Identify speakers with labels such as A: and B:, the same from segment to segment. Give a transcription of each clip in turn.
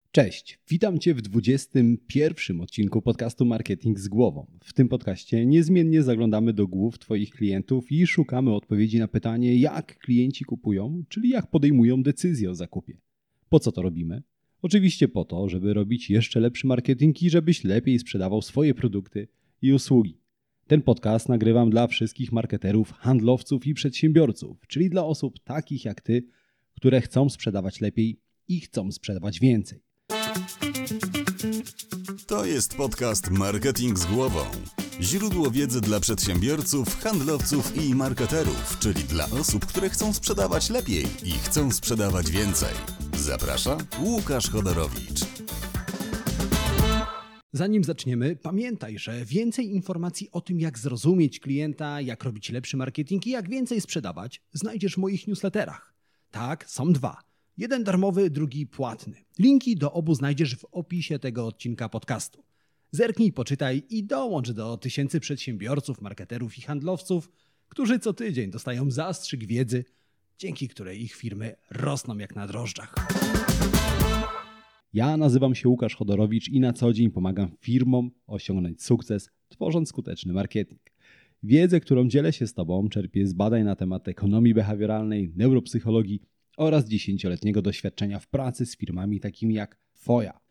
A: Cześć, witam Cię w 21. odcinku podcastu Marketing z Głową. W tym podcaście niezmiennie zaglądamy do głów Twoich klientów i szukamy odpowiedzi na pytanie, jak klienci kupują, czyli jak podejmują decyzję o zakupie. Po co to robimy? Oczywiście po to, żeby robić jeszcze lepszy marketing i żebyś lepiej sprzedawał swoje produkty i usługi. Ten podcast nagrywam dla wszystkich marketerów, handlowców i przedsiębiorców, czyli dla osób takich jak Ty, które chcą sprzedawać lepiej i chcą sprzedawać więcej.
B: To jest podcast Marketing z Głową. Źródło wiedzy dla przedsiębiorców, handlowców i marketerów, czyli dla osób, które chcą sprzedawać lepiej i chcą sprzedawać więcej. Zaprasza Łukasz Chodorowicz.
A: Zanim zaczniemy, pamiętaj, że więcej informacji o tym, jak zrozumieć klienta, jak robić lepszy marketing i jak więcej sprzedawać, znajdziesz w moich newsletterach. Tak, są dwa. Jeden darmowy, drugi płatny. Linki do obu znajdziesz w opisie tego odcinka podcastu. Zerknij, poczytaj i dołącz do tysięcy przedsiębiorców, marketerów i handlowców, którzy co tydzień dostają zastrzyk wiedzy, dzięki której ich firmy rosną jak na drożdżach. Ja nazywam się Łukasz Chodorowicz i na co dzień pomagam firmom osiągnąć sukces, tworząc skuteczny marketing. Wiedzę, którą dzielę się z Tobą, czerpię z badań na temat ekonomii behawioralnej, neuropsychologii oraz 10-letniego doświadczenia w pracy z firmami takimi jak Twoja.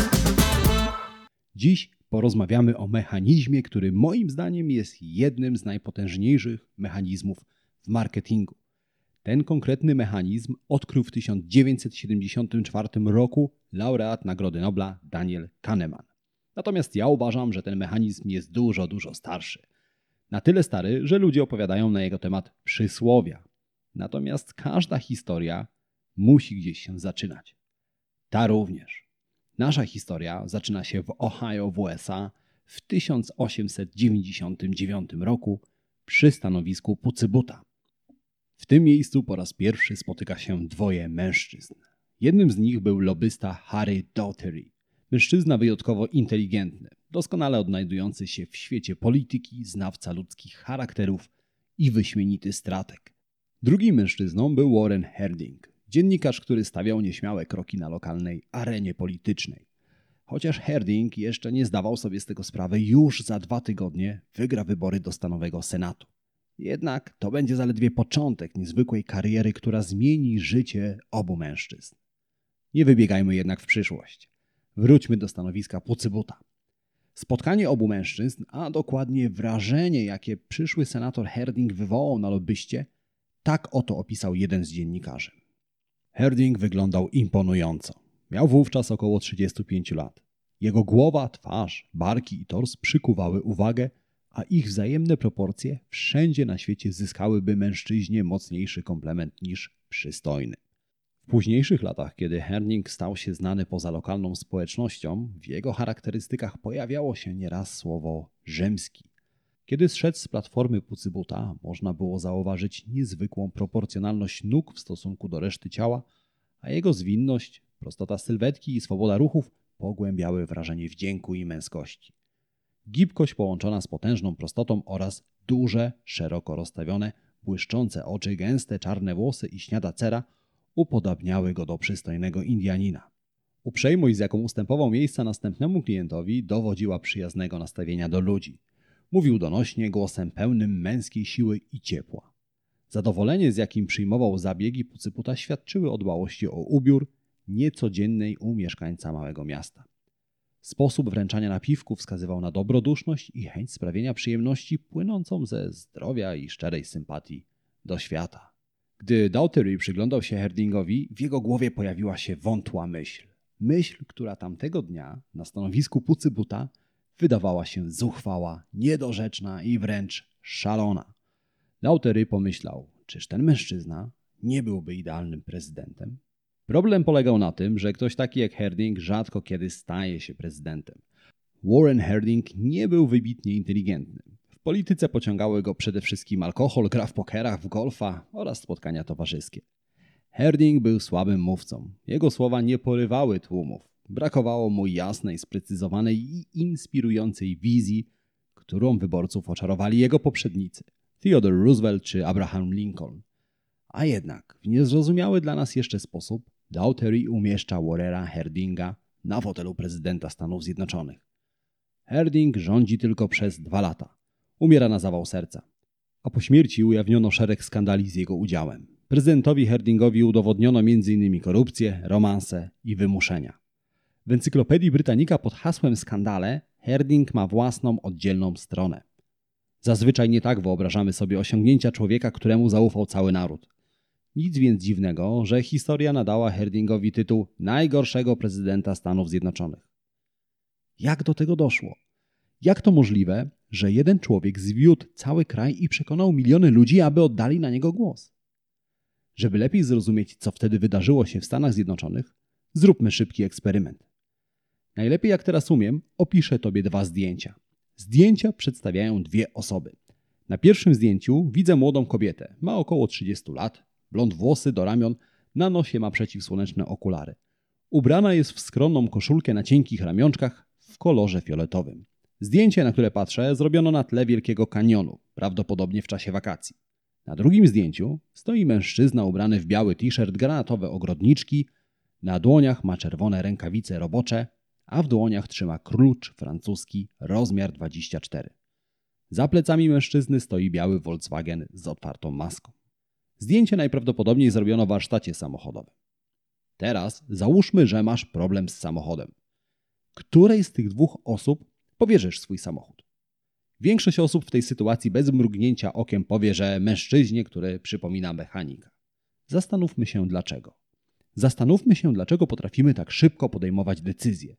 A: Dziś porozmawiamy o mechanizmie, który moim zdaniem jest jednym z najpotężniejszych mechanizmów w marketingu. Ten konkretny mechanizm odkrył w 1974 roku laureat Nagrody Nobla Daniel Kahneman. Natomiast ja uważam, że ten mechanizm jest dużo starszy. Na tyle stary, że ludzie opowiadają na jego temat przysłowia. Natomiast każda historia musi gdzieś się zaczynać. Ta również. Nasza historia zaczyna się w Ohio w USA w 1899 roku przy stanowisku Pucybuta. W tym miejscu po raz pierwszy spotyka się dwoje mężczyzn. Jednym z nich był lobbysta Harry Daugherty. Mężczyzna wyjątkowo inteligentny, doskonale odnajdujący się w świecie polityki, znawca ludzkich charakterów i wyśmienity strateg. Drugim mężczyzną był Warren Harding, dziennikarz, który stawiał nieśmiałe kroki na lokalnej arenie politycznej. Chociaż Harding jeszcze nie zdawał sobie z tego sprawy, już za 2 tygodnie wygra wybory do stanowego Senatu. Jednak to będzie zaledwie początek niezwykłej kariery, która zmieni życie obu mężczyzn. Nie wybiegajmy jednak w przyszłość. Wróćmy do stanowiska Pucybuta. Spotkanie obu mężczyzn, a dokładnie wrażenie, jakie przyszły senator Harding wywołał na lobbyście, tak oto opisał jeden z dziennikarzy. Harding wyglądał imponująco. Miał wówczas około 35 lat. Jego głowa, twarz, barki i tors przykuwały uwagę, a ich wzajemne proporcje wszędzie na świecie zyskałyby mężczyźnie mocniejszy komplement niż przystojny. W późniejszych latach, kiedy Harding stał się znany poza lokalną społecznością, w jego charakterystykach pojawiało się nieraz słowo rzymski. Kiedy zszedł z platformy Pucybuta, można było zauważyć niezwykłą proporcjonalność nóg w stosunku do reszty ciała, a jego zwinność, prostota sylwetki i swoboda ruchów pogłębiały wrażenie wdzięku i męskości. Gibkość połączona z potężną prostotą oraz duże, szeroko rozstawione, błyszczące oczy, gęste, czarne włosy i śniada cera upodabniały go do przystojnego Indianina. Uprzejmość, z jaką ustępował miejsca następnemu klientowi, dowodziła przyjaznego nastawienia do ludzi. Mówił donośnie, głosem pełnym męskiej siły i ciepła. Zadowolenie, z jakim przyjmował zabiegi Pucybuta, świadczyły o dbałości o ubiór niecodziennej u mieszkańca małego miasta. Sposób wręczania napiwków wskazywał na dobroduszność i chęć sprawienia przyjemności płynącą ze zdrowia i szczerej sympatii do świata. Gdy Daugherty przyglądał się Hardingowi, w jego głowie pojawiła się wątła myśl. Myśl, która tamtego dnia na stanowisku Pucybuta wydawała się zuchwała, niedorzeczna i wręcz szalona. Daugherty pomyślał, czyż ten mężczyzna nie byłby idealnym prezydentem? Problem polegał na tym, że ktoś taki jak Harding rzadko kiedy staje się prezydentem. Warren Harding nie był wybitnie inteligentny. W polityce pociągały go przede wszystkim alkohol, gra w pokera, w golfa oraz spotkania towarzyskie. Harding był słabym mówcą. Jego słowa nie porywały tłumów. Brakowało mu jasnej, sprecyzowanej i inspirującej wizji, którą wyborców oczarowali jego poprzednicy, Theodore Roosevelt czy Abraham Lincoln. A jednak w niezrozumiały dla nas jeszcze sposób Daugherty umieszcza Warrena Hardinga na fotelu prezydenta Stanów Zjednoczonych. Harding rządzi tylko przez 2 lata. Umiera na zawał serca. A po śmierci ujawniono szereg skandali z jego udziałem. Prezydentowi Hardingowi udowodniono m.in. korupcję, romanse i wymuszenia. W Encyklopedii Britannica pod hasłem skandale Harding ma własną oddzielną stronę. Zazwyczaj nie tak wyobrażamy sobie osiągnięcia człowieka, któremu zaufał cały naród. Nic więc dziwnego, że historia nadała Hardingowi tytuł najgorszego prezydenta Stanów Zjednoczonych. Jak do tego doszło? Jak to możliwe, że jeden człowiek zwiódł cały kraj i przekonał miliony ludzi, aby oddali na niego głos? Żeby lepiej zrozumieć, co wtedy wydarzyło się w Stanach Zjednoczonych, zróbmy szybki eksperyment. Najlepiej jak teraz umiem, opiszę Tobie 2 zdjęcia. Zdjęcia przedstawiają 2 osoby. Na pierwszym zdjęciu widzę młodą kobietę. Ma około 30 lat, blond włosy do ramion, na nosie ma przeciwsłoneczne okulary. Ubrana jest w skromną koszulkę na cienkich ramionczkach w kolorze fioletowym. Zdjęcie, na które patrzę, zrobiono na tle Wielkiego Kanionu, prawdopodobnie w czasie wakacji. Na drugim zdjęciu stoi mężczyzna ubrany w biały t-shirt, granatowe ogrodniczki, na dłoniach ma czerwone rękawice robocze, a w dłoniach trzyma klucz francuski rozmiar 24. Za plecami mężczyzny stoi biały Volkswagen z otwartą maską. Zdjęcie najprawdopodobniej zrobiono w warsztacie samochodowym. Teraz załóżmy, że masz problem z samochodem. Której z tych 2 osób powierzysz swój samochód? Większość osób w tej sytuacji bez mrugnięcia okiem powie, że mężczyźnie, który przypomina mechanika. Zastanówmy się dlaczego. Zastanówmy się, dlaczego potrafimy tak szybko podejmować decyzje.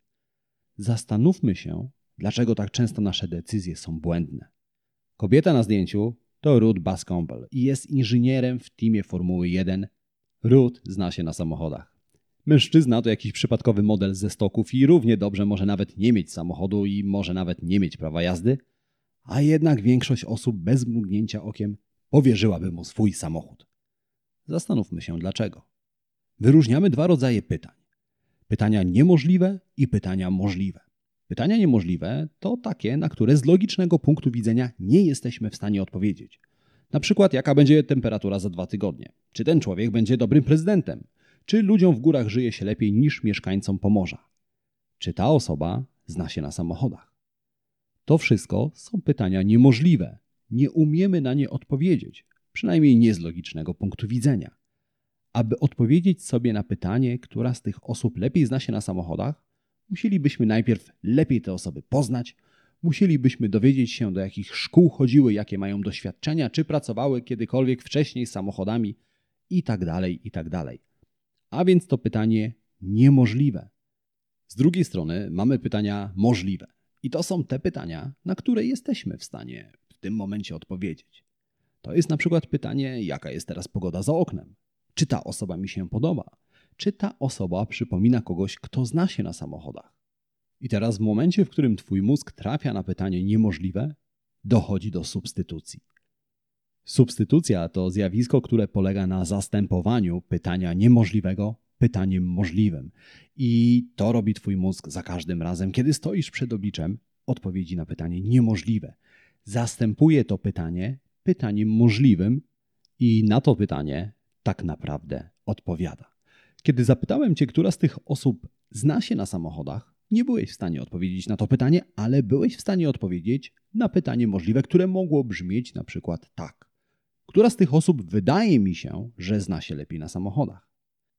A: Zastanówmy się, dlaczego tak często nasze decyzje są błędne. Kobieta na zdjęciu to Ruth Bascombe i jest inżynierem w teamie Formuły 1. Ruth zna się na samochodach. Mężczyzna to jakiś przypadkowy model ze stoków i równie dobrze może nawet nie mieć samochodu i może nawet nie mieć prawa jazdy, a jednak większość osób bez mrugnięcia okiem powierzyłaby mu swój samochód. Zastanówmy się dlaczego. Wyróżniamy 2 rodzaje pytań. Pytania niemożliwe i pytania możliwe. Pytania niemożliwe to takie, na które z logicznego punktu widzenia nie jesteśmy w stanie odpowiedzieć. Na przykład jaka będzie temperatura za 2 tygodnie? Czy ten człowiek będzie dobrym prezydentem? Czy ludziom w górach żyje się lepiej niż mieszkańcom Pomorza? Czy ta osoba zna się na samochodach? To wszystko są pytania niemożliwe. Nie umiemy na nie odpowiedzieć, przynajmniej nie z logicznego punktu widzenia. Aby odpowiedzieć sobie na pytanie, która z tych osób lepiej zna się na samochodach, musielibyśmy najpierw lepiej te osoby poznać, musielibyśmy dowiedzieć się, do jakich szkół chodziły, jakie mają doświadczenia, czy pracowały kiedykolwiek wcześniej z samochodami itd., itd. A więc to pytanie niemożliwe. Z drugiej strony mamy pytania możliwe. I to są te pytania, na które jesteśmy w stanie w tym momencie odpowiedzieć. To jest na przykład pytanie, jaka jest teraz pogoda za oknem? Czy ta osoba mi się podoba? Czy ta osoba przypomina kogoś, kto zna się na samochodach? I teraz w momencie, w którym Twój mózg trafia na pytanie niemożliwe, dochodzi do substytucji. Substytucja to zjawisko, które polega na zastępowaniu pytania niemożliwego pytaniem możliwym. I to robi Twój mózg za każdym razem, kiedy stoisz przed obliczem odpowiedzi na pytanie niemożliwe. Zastępuje to pytanie pytaniem możliwym i na to pytanie tak naprawdę odpowiada. Kiedy zapytałem Cię, która z tych osób zna się na samochodach, nie byłeś w stanie odpowiedzieć na to pytanie, ale byłeś w stanie odpowiedzieć na pytanie możliwe, które mogło brzmieć na przykład tak. Która z tych osób wydaje mi się, że zna się lepiej na samochodach?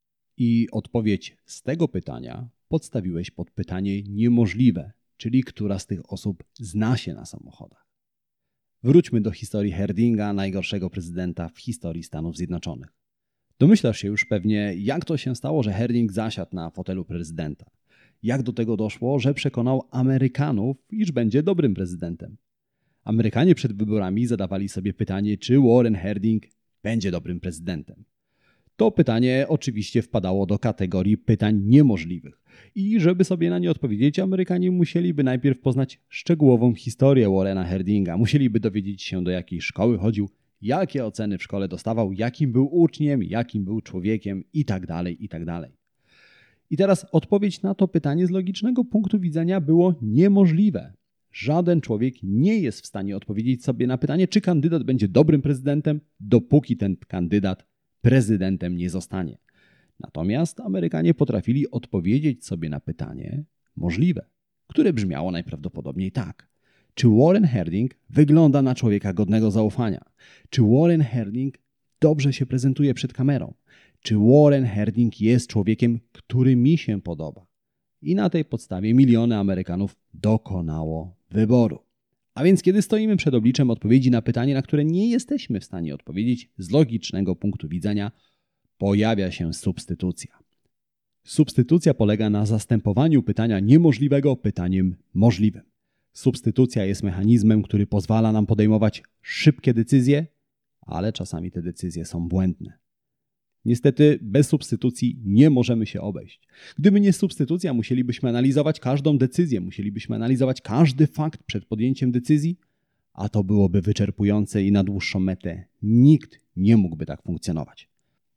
A: I odpowiedź z tego pytania podstawiłeś pod pytanie niemożliwe, czyli która z tych osób zna się na samochodach. Wróćmy do historii Hardinga, najgorszego prezydenta w historii Stanów Zjednoczonych. Domyślasz się już pewnie, jak to się stało, że Harding zasiadł na fotelu prezydenta. Jak do tego doszło, że przekonał Amerykanów, iż będzie dobrym prezydentem. Amerykanie przed wyborami zadawali sobie pytanie, czy Warren Harding będzie dobrym prezydentem. To pytanie oczywiście wpadało do kategorii pytań niemożliwych. I żeby sobie na nie odpowiedzieć, Amerykanie musieliby najpierw poznać szczegółową historię Warrena Hardinga. Musieliby dowiedzieć się, do jakiej szkoły chodził, jakie oceny w szkole dostawał, jakim był uczniem, jakim był człowiekiem itd., itd. I teraz odpowiedź na to pytanie z logicznego punktu widzenia było niemożliwe. Żaden człowiek nie jest w stanie odpowiedzieć sobie na pytanie, czy kandydat będzie dobrym prezydentem, dopóki ten kandydat prezydentem nie zostanie. Natomiast Amerykanie potrafili odpowiedzieć sobie na pytanie możliwe, które brzmiało najprawdopodobniej tak. Czy Warren Harding wygląda na człowieka godnego zaufania? Czy Warren Harding dobrze się prezentuje przed kamerą? Czy Warren Harding jest człowiekiem, który mi się podoba? I na tej podstawie miliony Amerykanów dokonało wyboru. A więc kiedy stoimy przed obliczem odpowiedzi na pytanie, na które nie jesteśmy w stanie odpowiedzieć z logicznego punktu widzenia, pojawia się substytucja. Substytucja polega na zastępowaniu pytania niemożliwego pytaniem możliwym. Substytucja jest mechanizmem, który pozwala nam podejmować szybkie decyzje, ale czasami te decyzje są błędne. Niestety bez substytucji nie możemy się obejść. Gdyby nie substytucja, musielibyśmy analizować każdą decyzję, musielibyśmy analizować każdy fakt przed podjęciem decyzji, a to byłoby wyczerpujące i na dłuższą metę nikt nie mógłby tak funkcjonować.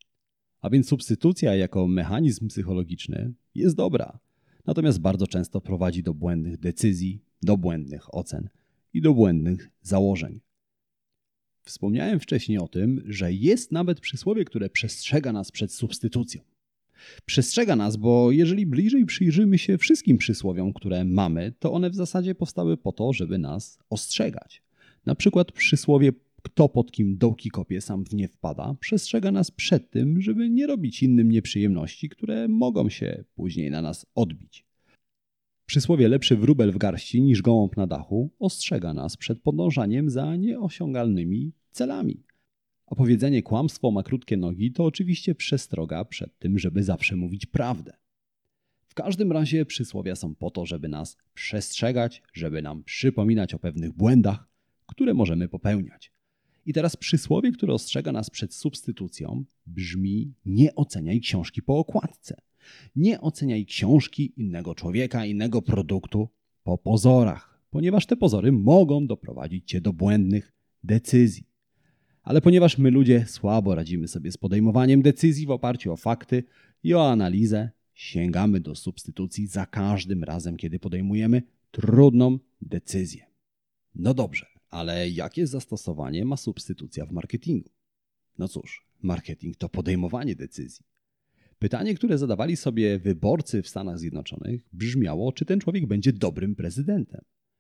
A: A więc substytucja jako mechanizm psychologiczny jest dobra, natomiast bardzo często prowadzi do błędnych decyzji, do błędnych ocen i do błędnych założeń. Wspomniałem wcześniej o tym, że jest nawet przysłowie, które przestrzega nas przed substytucją. Przestrzega nas, bo jeżeli bliżej przyjrzymy się wszystkim przysłowiom, które mamy, to one w zasadzie powstały po to, żeby nas ostrzegać. Na przykład przysłowie kto pod kim dołki kopie, sam w nie wpada, przestrzega nas przed tym, żeby nie robić innym nieprzyjemności, które mogą się później na nas odbić. Przysłowie lepszy wróbel w garści niż gołąb na dachu ostrzega nas przed podążaniem za nieosiągalnymi celami. A powiedzenie kłamstwo ma krótkie nogi to oczywiście przestroga przed tym, żeby zawsze mówić prawdę. W każdym razie przysłowia są po to, żeby nas przestrzegać, żeby nam przypominać o pewnych błędach, które możemy popełniać. I teraz przysłowie, które ostrzega nas przed substytucją, brzmi: nie oceniaj książki po okładce. Nie oceniaj książki, innego człowieka, innego produktu po pozorach, ponieważ te pozory mogą doprowadzić cię do błędnych decyzji. Ale ponieważ my ludzie słabo radzimy sobie z podejmowaniem decyzji w oparciu o fakty i o analizę, sięgamy do substytucji za każdym razem, kiedy podejmujemy trudną decyzję. No dobrze, ale jakie zastosowanie ma substytucja w marketingu? No cóż, marketing to podejmowanie decyzji. Pytanie, które zadawali sobie wyborcy w Stanach Zjednoczonych, brzmiało, czy ten człowiek będzie dobrym prezydentem.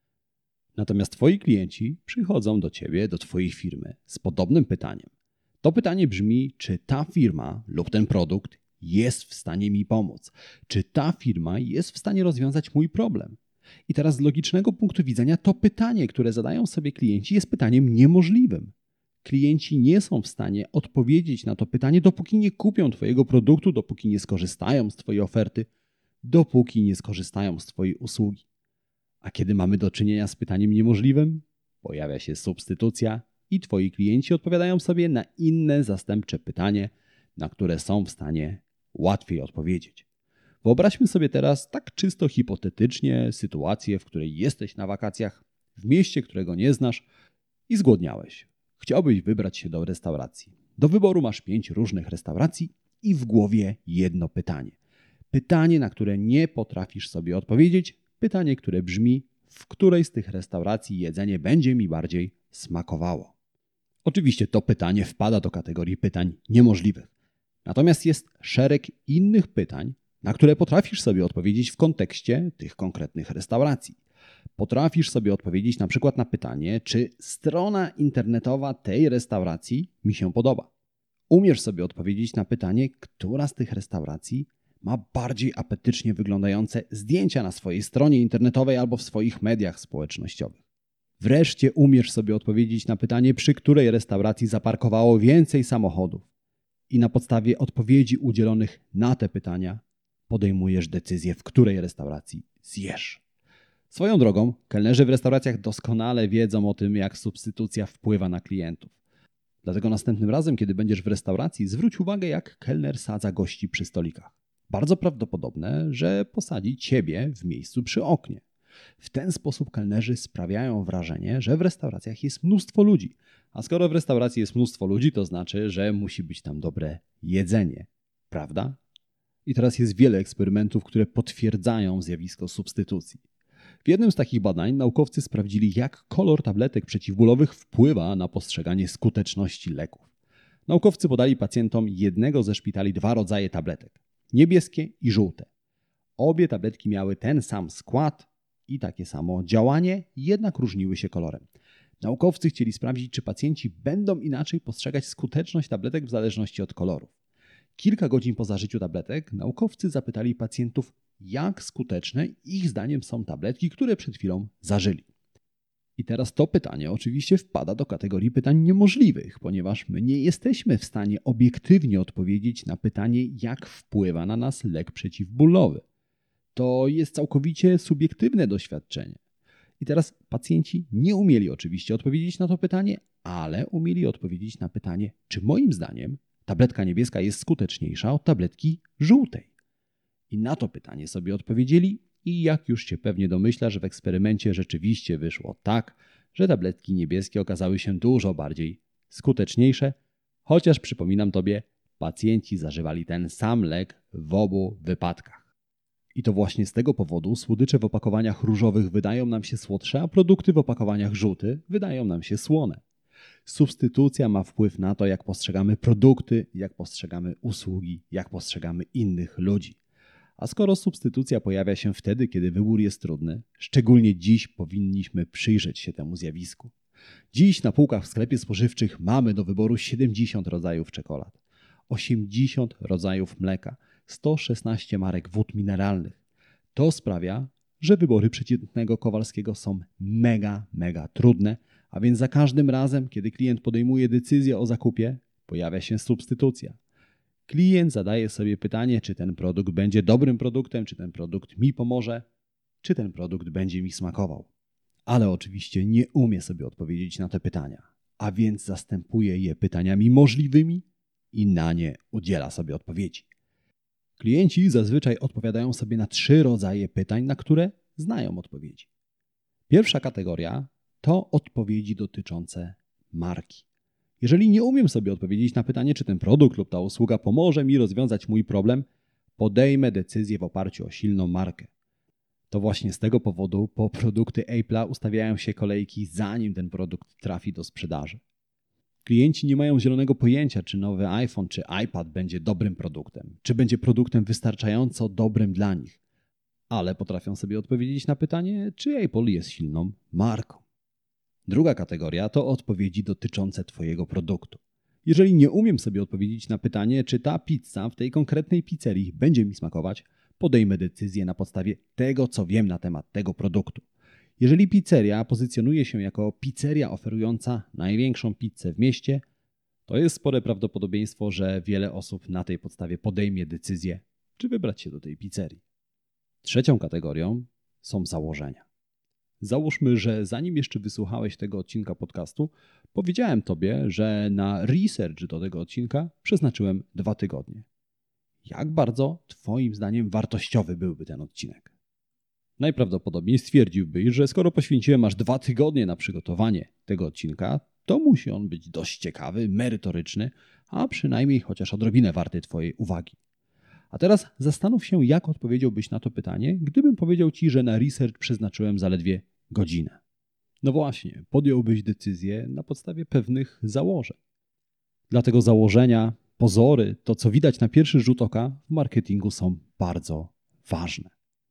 A: Natomiast twoi klienci przychodzą do ciebie, do twojej firmy z podobnym pytaniem. To pytanie brzmi, czy ta firma lub ten produkt jest w stanie mi pomóc? Czy ta firma jest w stanie rozwiązać mój problem? I teraz z logicznego punktu widzenia to pytanie, które zadają sobie klienci, jest pytaniem niemożliwym. Klienci nie są w stanie odpowiedzieć na to pytanie, dopóki nie kupią twojego produktu, dopóki nie skorzystają z twojej oferty, dopóki nie skorzystają z twojej usługi. A kiedy mamy do czynienia z pytaniem niemożliwym, pojawia się substytucja i twoi klienci odpowiadają sobie na inne zastępcze pytanie, na które są w stanie łatwiej odpowiedzieć. Wyobraźmy sobie teraz tak czysto hipotetycznie sytuację, w której jesteś na wakacjach w mieście, którego nie znasz i zgłodniałeś. Chciałbyś wybrać się do restauracji. Do wyboru masz 5 różnych restauracji i w głowie jedno pytanie. Pytanie, na które nie potrafisz sobie odpowiedzieć. Pytanie, które brzmi: w której z tych restauracji jedzenie będzie mi bardziej smakowało? Oczywiście to pytanie wpada do kategorii pytań niemożliwych. Natomiast jest szereg innych pytań, na które potrafisz sobie odpowiedzieć w kontekście tych konkretnych restauracji. Potrafisz sobie odpowiedzieć na przykład na pytanie, czy strona internetowa tej restauracji mi się podoba. Umiesz sobie odpowiedzieć na pytanie, która z tych restauracji ma bardziej apetycznie wyglądające zdjęcia na swojej stronie internetowej albo w swoich mediach społecznościowych. Wreszcie umiesz sobie odpowiedzieć na pytanie, przy której restauracji zaparkowało więcej samochodów. I na podstawie odpowiedzi udzielonych na te pytania podejmujesz decyzję, w której restauracji zjesz. Swoją drogą, kelnerzy w restauracjach doskonale wiedzą o tym, jak substytucja wpływa na klientów. Dlatego następnym razem, kiedy będziesz w restauracji, zwróć uwagę, jak kelner sadza gości przy stolikach. Bardzo prawdopodobne, że posadzi ciebie w miejscu przy oknie. W ten sposób kelnerzy sprawiają wrażenie, że w restauracjach jest mnóstwo ludzi. A skoro w restauracji jest mnóstwo ludzi, to znaczy, że musi być tam dobre jedzenie. Prawda? I teraz jest wiele eksperymentów, które potwierdzają zjawisko substytucji. W jednym z takich badań naukowcy sprawdzili, jak kolor tabletek przeciwbólowych wpływa na postrzeganie skuteczności leków. Naukowcy podali pacjentom jednego ze szpitali 2 rodzaje tabletek. Niebieskie i żółte. Obie tabletki miały ten sam skład i takie samo działanie, jednak różniły się kolorem. Naukowcy chcieli sprawdzić, czy pacjenci będą inaczej postrzegać skuteczność tabletek w zależności od kolorów. Kilka godzin po zażyciu tabletek naukowcy zapytali pacjentów, jak skuteczne ich zdaniem są tabletki, które przed chwilą zażyli. I teraz to pytanie oczywiście wpada do kategorii pytań niemożliwych, ponieważ my nie jesteśmy w stanie obiektywnie odpowiedzieć na pytanie, jak wpływa na nas lek przeciwbólowy. To jest całkowicie subiektywne doświadczenie. I teraz pacjenci nie umieli oczywiście odpowiedzieć na to pytanie, ale umieli odpowiedzieć na pytanie, czy moim zdaniem tabletka niebieska jest skuteczniejsza od tabletki żółtej. I na to pytanie sobie odpowiedzieli i jak już się pewnie domyślasz, w eksperymencie rzeczywiście wyszło tak, że tabletki niebieskie okazały się dużo bardziej skuteczniejsze, chociaż przypominam Tobie, pacjenci zażywali ten sam lek w obu wypadkach. I to właśnie z tego powodu słodycze w opakowaniach różowych wydają nam się słodsze, a produkty w opakowaniach żółtych wydają nam się słone. Substytucja ma wpływ na to, jak postrzegamy produkty, jak postrzegamy usługi, jak postrzegamy innych ludzi. A skoro substytucja pojawia się wtedy, kiedy wybór jest trudny, szczególnie dziś powinniśmy przyjrzeć się temu zjawisku. Dziś na półkach w sklepie spożywczych mamy do wyboru 70 rodzajów czekolad, 80 rodzajów mleka, 116 marek wód mineralnych. To sprawia, że wybory przeciętnego Kowalskiego są mega trudne, a więc za każdym razem, kiedy klient podejmuje decyzję o zakupie, pojawia się substytucja. Klient zadaje sobie pytanie, czy ten produkt będzie dobrym produktem, czy ten produkt mi pomoże, czy ten produkt będzie mi smakował. Ale oczywiście nie umie sobie odpowiedzieć na te pytania, a więc zastępuje je pytaniami możliwymi i na nie udziela sobie odpowiedzi. Klienci zazwyczaj odpowiadają sobie na 3 rodzaje pytań, na które znają odpowiedzi. Pierwsza kategoria to odpowiedzi dotyczące marki. Jeżeli nie umiem sobie odpowiedzieć na pytanie, czy ten produkt lub ta usługa pomoże mi rozwiązać mój problem, podejmę decyzję w oparciu o silną markę. To właśnie z tego powodu po produkty Apple'a ustawiają się kolejki, zanim ten produkt trafi do sprzedaży. Klienci nie mają zielonego pojęcia, czy nowy iPhone czy iPad będzie dobrym produktem, czy będzie produktem wystarczająco dobrym dla nich, ale potrafią sobie odpowiedzieć na pytanie, czy Apple jest silną marką. Druga kategoria to odpowiedzi dotyczące Twojego produktu. Jeżeli nie umiem sobie odpowiedzieć na pytanie, czy ta pizza w tej konkretnej pizzerii będzie mi smakować, podejmę decyzję na podstawie tego, co wiem na temat tego produktu. Jeżeli pizzeria pozycjonuje się jako pizzeria oferująca największą pizzę w mieście, to jest spore prawdopodobieństwo, że wiele osób na tej podstawie podejmie decyzję, czy wybrać się do tej pizzerii. Trzecią kategorią są założenia. Załóżmy, że zanim jeszcze wysłuchałeś tego odcinka podcastu, powiedziałem Tobie, że na research do tego odcinka przeznaczyłem 2 tygodnie. Jak bardzo Twoim zdaniem wartościowy byłby ten odcinek? Najprawdopodobniej stwierdziłbyś, że skoro poświęciłem aż 2 tygodnie na przygotowanie tego odcinka, to musi on być dość ciekawy, merytoryczny, a przynajmniej chociaż odrobinę warty Twojej uwagi. A teraz zastanów się, jak odpowiedziałbyś na to pytanie, gdybym powiedział Ci, że na research przeznaczyłem zaledwie godzinę. No właśnie, podjąłbyś decyzję na podstawie pewnych założeń. Dlatego założenia, pozory, to co widać na pierwszy rzut oka w marketingu są bardzo ważne.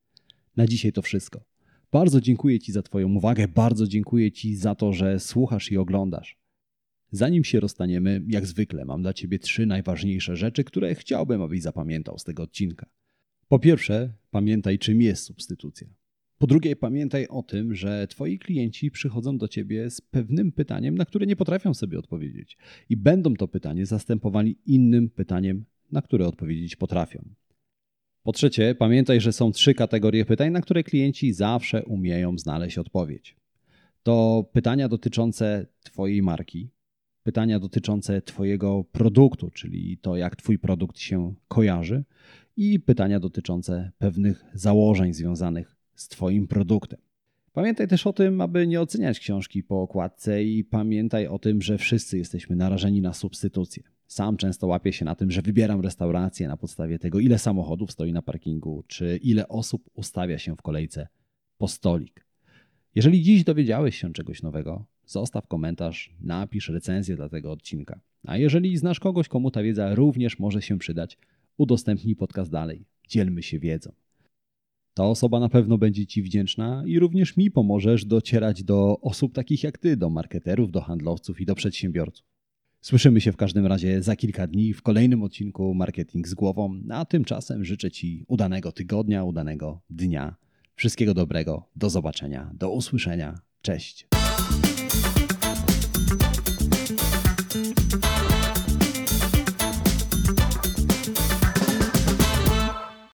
A: Na dzisiaj to wszystko. Bardzo dziękuję Ci za Twoją uwagę, bardzo dziękuję Ci za to, że słuchasz i oglądasz. Zanim się rozstaniemy, jak zwykle mam dla Ciebie 3 najważniejsze rzeczy, które chciałbym, abyś zapamiętał z tego odcinka. Po pierwsze, pamiętaj, czym jest substytucja. Po drugie, pamiętaj o tym, że Twoi klienci przychodzą do Ciebie z pewnym pytaniem, na które nie potrafią sobie odpowiedzieć i będą to pytanie zastępowali innym pytaniem, na które odpowiedzieć potrafią. Po trzecie, pamiętaj, że są 3 kategorie pytań, na które klienci zawsze umieją znaleźć odpowiedź. To pytania dotyczące Twojej marki, pytania dotyczące Twojego produktu, czyli to, jak Twój produkt się kojarzy, i pytania dotyczące pewnych założeń związanych z Twoim produktem. Pamiętaj też o tym, aby nie oceniać książki po okładce i pamiętaj o tym, że wszyscy jesteśmy narażeni na substytucję. Sam często łapię się na tym, że wybieram restaurację na podstawie tego, ile samochodów stoi na parkingu, czy ile osób ustawia się w kolejce po stolik. Jeżeli dziś dowiedziałeś się czegoś nowego, zostaw komentarz, napisz recenzję dla tego odcinka. A jeżeli znasz kogoś, komu ta wiedza również może się przydać, udostępnij podcast dalej. Dzielmy się wiedzą. Ta osoba na pewno będzie Ci wdzięczna i również mi pomożesz docierać do osób takich jak Ty, do marketerów, do handlowców i do przedsiębiorców. Słyszymy się w każdym razie za kilka dni w kolejnym odcinku Marketing z Głową, a tymczasem życzę Ci udanego tygodnia, udanego dnia. Wszystkiego dobrego, do zobaczenia, do usłyszenia. Cześć.